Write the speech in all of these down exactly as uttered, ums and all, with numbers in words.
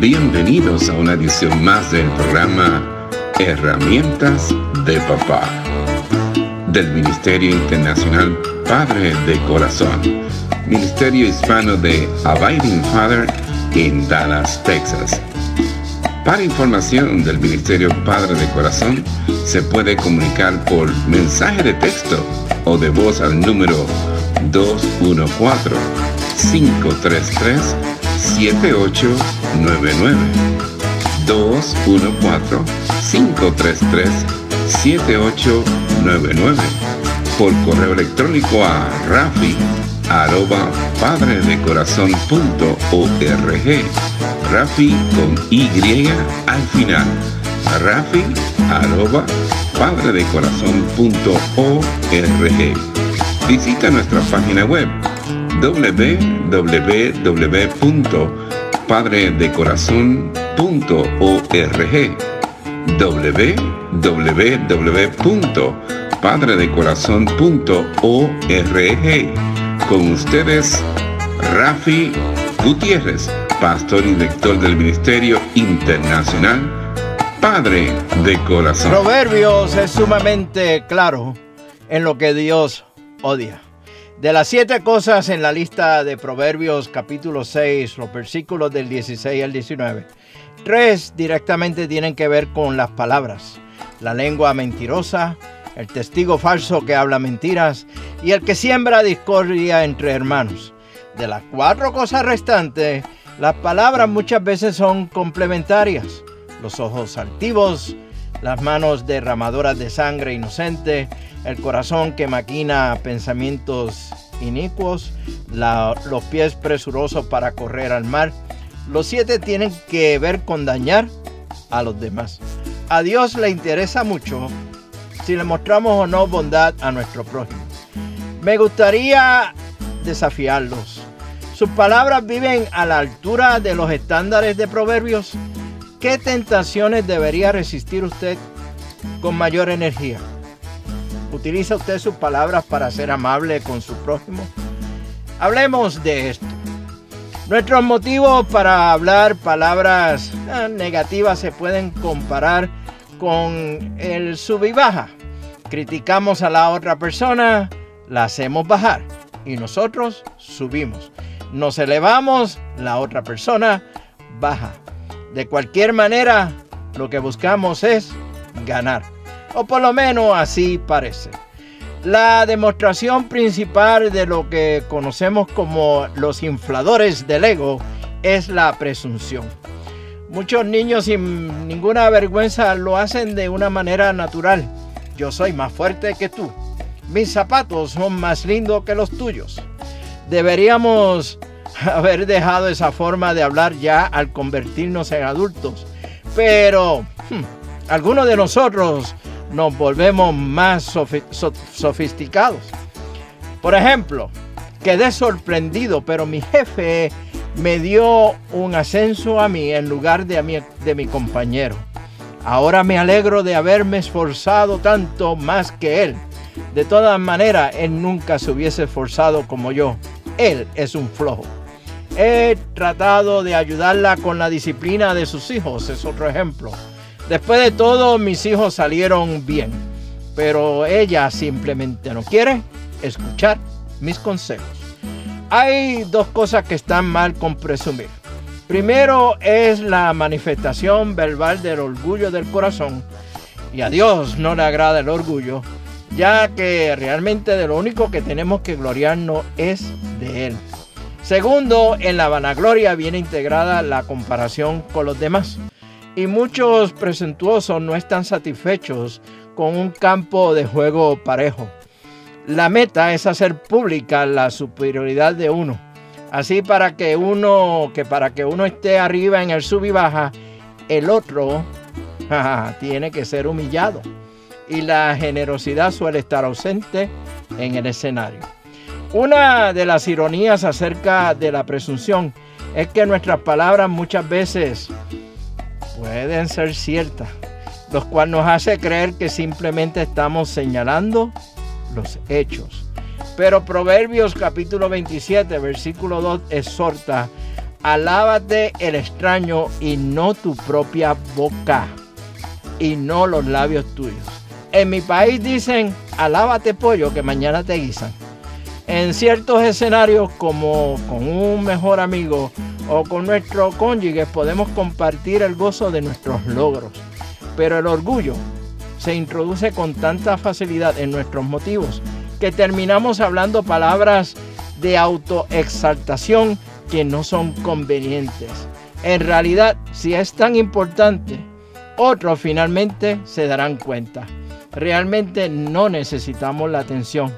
Bienvenidos a una edición más del programa Herramientas de Papá, del Ministerio Internacional Padre de Corazón, Ministerio Hispano de Abiding Father en Dallas, Texas. Para información del Ministerio Padre de Corazón, se puede comunicar por mensaje de texto o de voz al número dos uno cuatro, cinco tres tres, siete ocho nueve nueve. dos uno cuatro, cinco tres tres, siete ocho nueve nueve. Por correo electrónico a rafi arroba padredecorazon punto org. Rafi con Y al final. Rafi arroba padredecorazon punto org. Visita nuestra página web doble u doble u doble u punto padredecorazon punto org. doble u doble u doble u punto padredecorazon punto org. Con ustedes, Rafi Gutiérrez, pastor y director del Ministerio Internacional Padre de Corazón. Proverbios es sumamente claro en lo que Dios odia. De las siete cosas en la lista de Proverbios capítulo seis, los versículos del dieciséis al diecinueve, tres directamente tienen que ver con las palabras: la lengua mentirosa, el testigo falso que habla mentiras y el que siembra discordia entre hermanos. De las cuatro cosas restantes, las palabras muchas veces son complementarias. Los ojos altivos, las manos derramadoras de sangre inocente, el corazón que maquina pensamientos inicuos, la, los pies presurosos para correr al mar. Los siete tienen que ver con dañar a los demás. A Dios le interesa mucho si le mostramos o no bondad a nuestro prójimo. Me gustaría desafiarlos. ¿Sus palabras viven a la altura de los estándares de Proverbios? ¿Qué tentaciones debería resistir usted con mayor energía? ¿Utiliza usted sus palabras para ser amable con su prójimo? Hablemos de esto. Nuestros motivos para hablar palabras eh, negativas se pueden comparar con el sub y baja. Criticamos a la otra persona, la hacemos bajar y nosotros subimos. Nos elevamos, la otra persona baja. De cualquier manera, lo que buscamos es ganar. O por lo menos así parece. La demostración principal de lo que conocemos como los infladores del ego es la presunción. Muchos niños sin ninguna vergüenza lo hacen de una manera natural. Yo soy más fuerte que tú. Mis zapatos son más lindos que los tuyos. Deberíamos haber dejado esa forma de hablar ya al convertirnos en adultos. Pero hmm, algunos de nosotros nos volvemos más sofi- so- sofisticados. Por ejemplo, quedé sorprendido, pero mi jefe me dio un ascenso a mí en lugar de, a mi, de mi compañero. Ahora me alegro de haberme esforzado tanto más que él. De todas maneras, él nunca se hubiese esforzado como yo. Él es un flojo. He tratado de ayudarla con la disciplina de sus hijos, es otro ejemplo. Después de todo, mis hijos salieron bien, pero ella simplemente no quiere escuchar mis consejos. Hay dos cosas que están mal con presumir. Primero es la manifestación verbal del orgullo del corazón, y a Dios no le agrada el orgullo, ya que realmente de lo único que tenemos que gloriarnos es de Él. Segundo, en la vanagloria viene integrada la comparación con los demás. Y muchos presuntuosos no están satisfechos con un campo de juego parejo. La meta es hacer pública la superioridad de uno. Así para que uno, que para que uno esté arriba en el sub y baja, el otro jaja, tiene que ser humillado. Y la generosidad suele estar ausente en el escenario. Una de las ironías acerca de la presunción es que nuestras palabras muchas veces pueden ser ciertas, lo cual nos hace creer que simplemente estamos señalando los hechos. Pero Proverbios capítulo veintisiete, versículo dos, exhorta Alábate el extraño y no tu propia boca, y no los labios tuyos. En mi país dicen, alábate pollo que mañana te guisan. En ciertos escenarios, como con un mejor amigo o con nuestro cónyuge, podemos compartir el gozo de nuestros logros. Pero el orgullo se introduce con tanta facilidad en nuestros motivos que terminamos hablando palabras de autoexaltación que no son convenientes. En realidad, si es tan importante, otros finalmente se darán cuenta. Realmente no necesitamos la atención,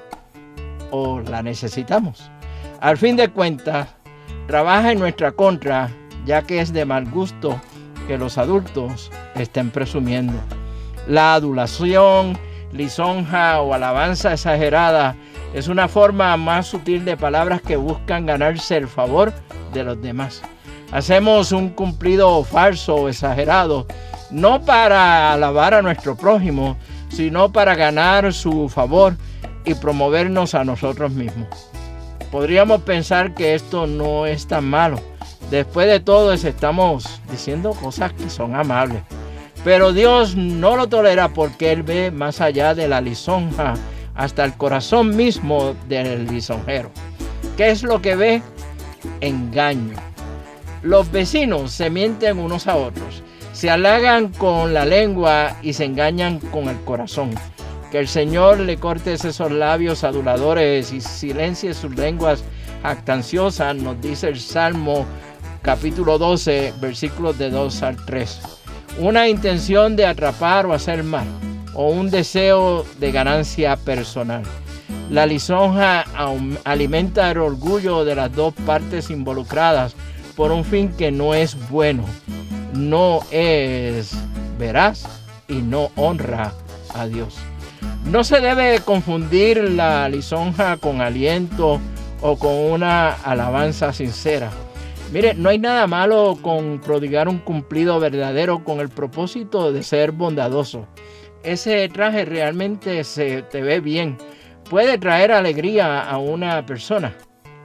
o la necesitamos. Al fin de cuentas, trabaja en nuestra contra, ya que es de mal gusto que los adultos estén presumiendo. La adulación, lisonja o alabanza exagerada es una forma más sutil de palabras que buscan ganarse el favor de los demás. Hacemos un cumplido falso o exagerado, no para alabar a nuestro prójimo, sino para ganar su favor y promovernos a nosotros mismos. Podríamos pensar que esto no es tan malo. Después de todo, estamos diciendo cosas que son amables. Pero Dios no lo tolera porque Él ve más allá de la lisonja hasta el corazón mismo del lisonjero. ¿Qué es lo que ve? Engaño. Los vecinos se mienten unos a otros, se halagan con la lengua y se engañan con el corazón. Que el Señor le corte esos labios aduladores y silencie sus lenguas jactanciosas, nos dice el Salmo capítulo doce, versículos de dos al tres. Una intención de atrapar o hacer mal, o un deseo de ganancia personal. La lisonja alimenta el orgullo de las dos partes involucradas por un fin que no es bueno, no es veraz y no honra a Dios. No se debe confundir la lisonja con aliento o con una alabanza sincera. Mire, no hay nada malo con prodigar un cumplido verdadero con el propósito de ser bondadoso. Ese traje realmente se te ve bien. Puede traer alegría a una persona.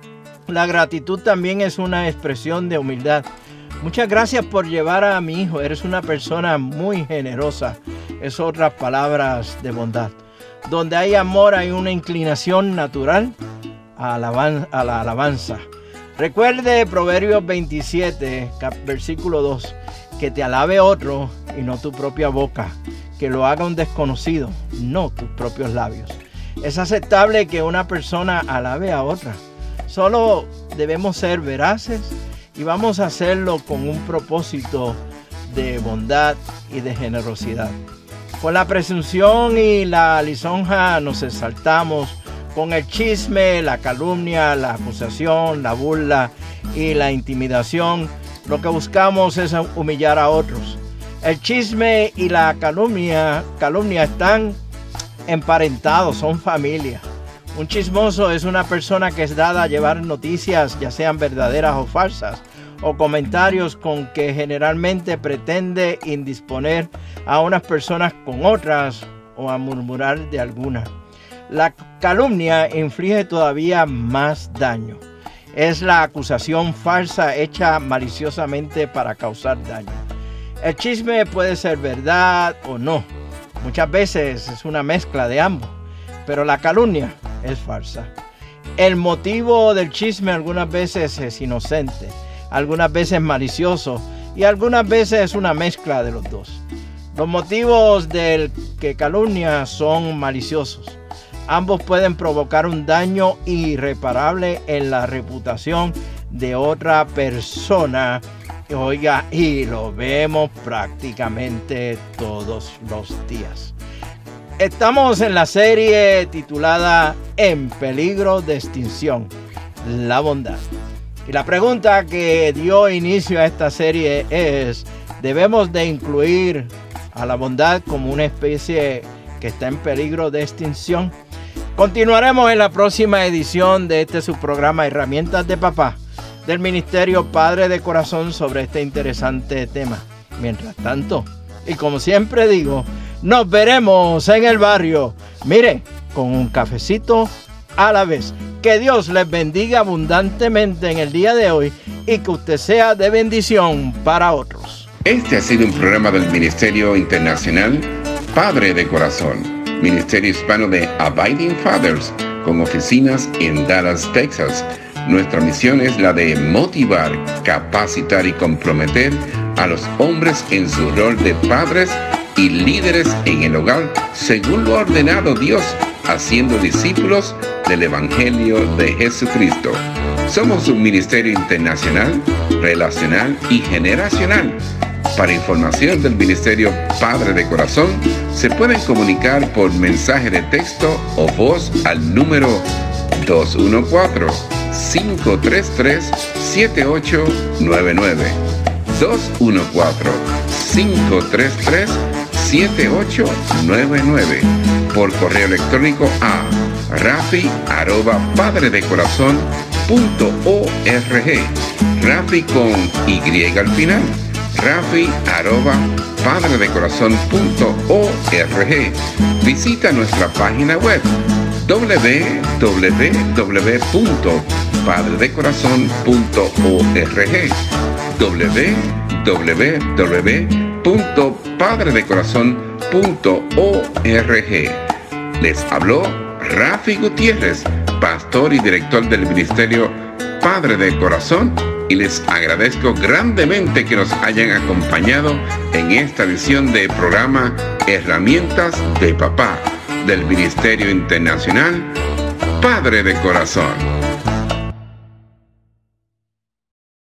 La gratitud también es una expresión de humildad. Muchas gracias por llevar a mi hijo. Eres una persona muy generosa. Es otras palabras de bondad. Donde hay amor hay una inclinación natural a, alaban- a la alabanza. Recuerde Proverbios veintisiete, versículo dos, que te alabe otro y no tu propia boca, que lo haga un desconocido, no tus propios labios. Es aceptable que una persona alabe a otra. Solo debemos ser veraces y vamos a hacerlo con un propósito de bondad y de generosidad. Con la presunción y la lisonja nos exaltamos. Con el chisme, la calumnia, la acusación, la burla y la intimidación, lo que buscamos es humillar a otros. El chisme y la calumnia, calumnia están emparentados, son familia. Un chismoso es una persona que es dada a llevar noticias, ya sean verdaderas o falsas, o comentarios con que generalmente pretende indisponer a unas personas con otras o a murmurar de algunas. La calumnia inflige todavía más daño. Es la acusación falsa hecha maliciosamente para causar daño. El chisme puede ser verdad o no. Muchas veces es una mezcla de ambos, pero la calumnia es falsa. El motivo del chisme algunas veces es inocente, algunas veces malicioso y algunas veces es una mezcla de los dos. Los motivos del que calumnia son maliciosos. Ambos pueden provocar un daño irreparable en la reputación de otra persona. Oiga, y lo vemos prácticamente todos los días. Estamos en la serie titulada En peligro de extinción, la bondad. Y la pregunta que dio inicio a esta serie es, ¿debemos de incluir a la bondad como una especie que está en peligro de extinción? Continuaremos en la próxima edición de este su programa Herramientas de Papá del Ministerio Padre de Corazón sobre este interesante tema. Mientras tanto, y como siempre digo, nos veremos en el barrio. Mire, con un cafecito a la vez. Que Dios les bendiga abundantemente en el día de hoy y que usted sea de bendición para otros. Este ha sido un programa del Ministerio Internacional Padre de Corazón, Ministerio Hispano de Abiding Fathers, con oficinas en Dallas, Texas. Nuestra misión es la de motivar, capacitar y comprometer a los hombres en su rol de padres y líderes en el hogar, según lo ha ordenado Dios, haciendo discípulos del Evangelio de Jesucristo. Somos un ministerio internacional, relacional y generacional. Para información del Ministerio Padre de Corazón, se pueden comunicar por mensaje de texto o voz al número dos uno cuatro, cinco tres tres, siete ocho nueve nueve. dos uno cuatro, cinco tres tres, siete ocho nueve nueve. Por correo electrónico a rafi arroba padre de corazón punto org. Rafi con Y al final. rafi arroba padre de corazón punto org. Visita nuestra página web doble u doble u doble u punto padre de corazón punto org. doble u doble u doble u punto padre de corazón punto org. Les habló Rafi Gutiérrez, pastor y director del Ministerio Padre de Corazón, y les agradezco grandemente que nos hayan acompañado en esta edición del programa Herramientas de Papá del Ministerio Internacional Padre de Corazón.